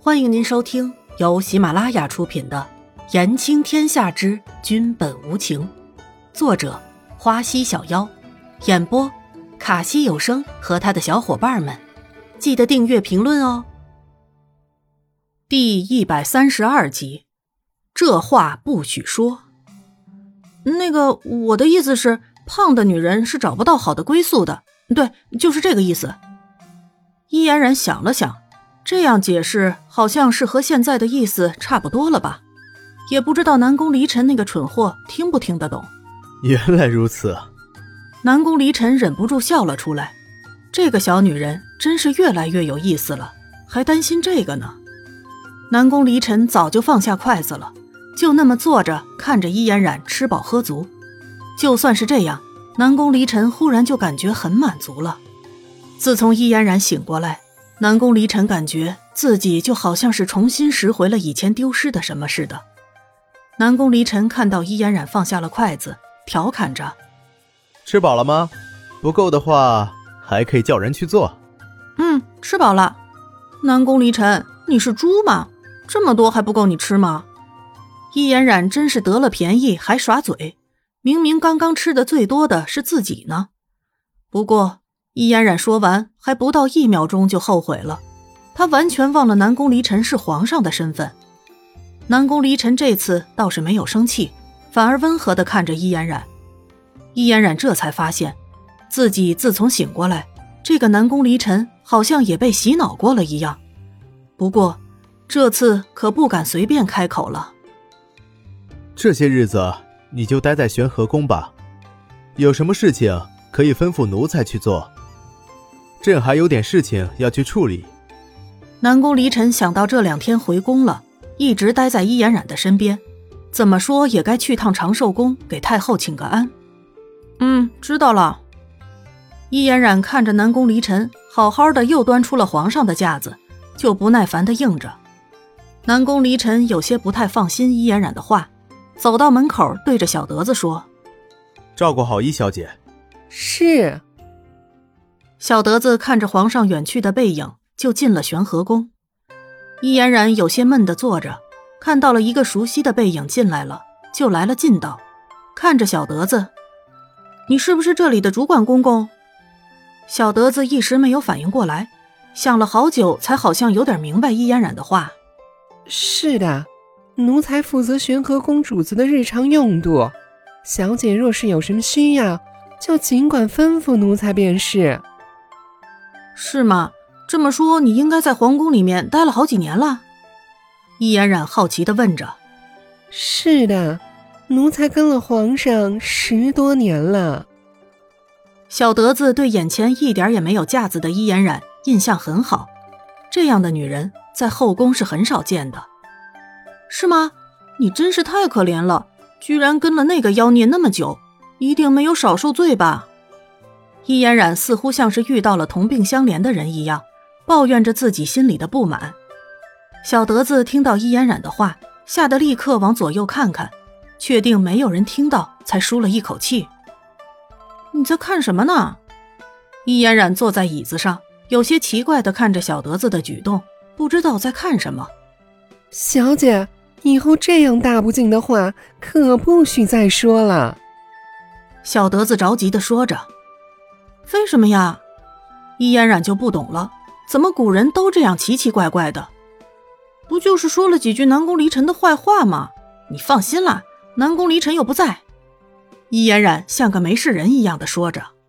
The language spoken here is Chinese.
欢迎您收听由喜马拉雅出品的《言情天下之君本无情》，作者花溪小妖，演播卡西有声和他的小伙伴们。记得订阅评论哦。第132集，这话不许说。我的意思是，胖的女人是找不到好的归宿的。对，就是这个意思。伊嫣然想了想，这样解释好像是和现在的意思差不多了吧，也不知道南宫离尘那个蠢货听不听得懂。 原来如此。 南宫离尘忍不住笑了出来，这个小女人真是越来越有意思了，还担心这个呢。南宫离尘早就放下筷子了，就那么坐着看着伊嫣然吃饱喝足。就算是这样，南宫离尘忽然就感觉很满足了。自从伊嫣然醒过来，南宫离尘感觉自己就好像是重新拾回了以前丢失的什么似的。南宫离尘看到伊嫣然放下了筷子，调侃着： 吃饱了吗？不够的话还可以叫人去做。 吃饱了。南宫离尘，你是猪吗？这么多还不够你吃吗？伊嫣然真是得了便宜还耍嘴，明明刚刚吃的最多的是自己呢。不过伊嫣然说完还不到1秒钟就后悔了，她完全忘了南宫离尘是皇上的身份。南宫离尘这次倒是没有生气，反而温和地看着伊嫣然。伊嫣然这才发现自己自从醒过来，这个南宫离尘好像也被洗脑过了一样。不过这次可不敢随便开口了。 这些日子你就待在玄和宫吧，有什么事情可以吩咐奴才去做。朕还有点事情要去处理。 南宫离尘想到这2天回宫了，一直待在伊嫣然的身边，怎么说也该去趟长寿宫给太后请个安。知道了。伊嫣然看着南宫离尘好好的又端出了皇上的架子，就不耐烦的应着。南宫离尘有些不太放心伊嫣然的话，走到门口对着小德子说： 照顾好伊小姐。 是。 小德子看着皇上远去的背影，就进了玄和宫。伊嫣然有些闷地坐着，看到了一个熟悉的背影进来了，就来了劲道，看着小德子：你是不是这里的主管公公？小德子一时没有反应过来，想了好久才好像有点明白伊嫣然的话。 是的，奴才负责玄和宫主子的日常用度，小姐若是有什么需要，就尽管吩咐奴才便是。 是吗？这么说你应该在皇宫里面待了好几年了？伊嫣然好奇地问着。 是的，奴才跟了皇上10多年了。 小德子对眼前一点也没有架子的伊嫣然印象很好，这样的女人在后宫是很少见的。是吗？你真是太可怜了，居然跟了那个妖孽那么久，一定没有少受罪吧？伊嫣然似乎像是遇到了同病相怜的人一样，抱怨着自己心里的不满。小德子听到伊嫣然的话，吓得立刻往左右看看，确定没有人听到，才舒了一口气。你在看什么呢？伊嫣然坐在椅子上，有些奇怪地看着小德子的举动，不知道在看什么。 小姐，以后这样大不敬的话可不许再说了。 小德子着急地说着。为什么呀？伊嫣然就不懂了，怎么古人都这样奇奇怪怪的？不就是说了几句南宫离尘的坏话吗？你放心啦，南宫离尘又不在。伊嫣然像个没事人一样的说着。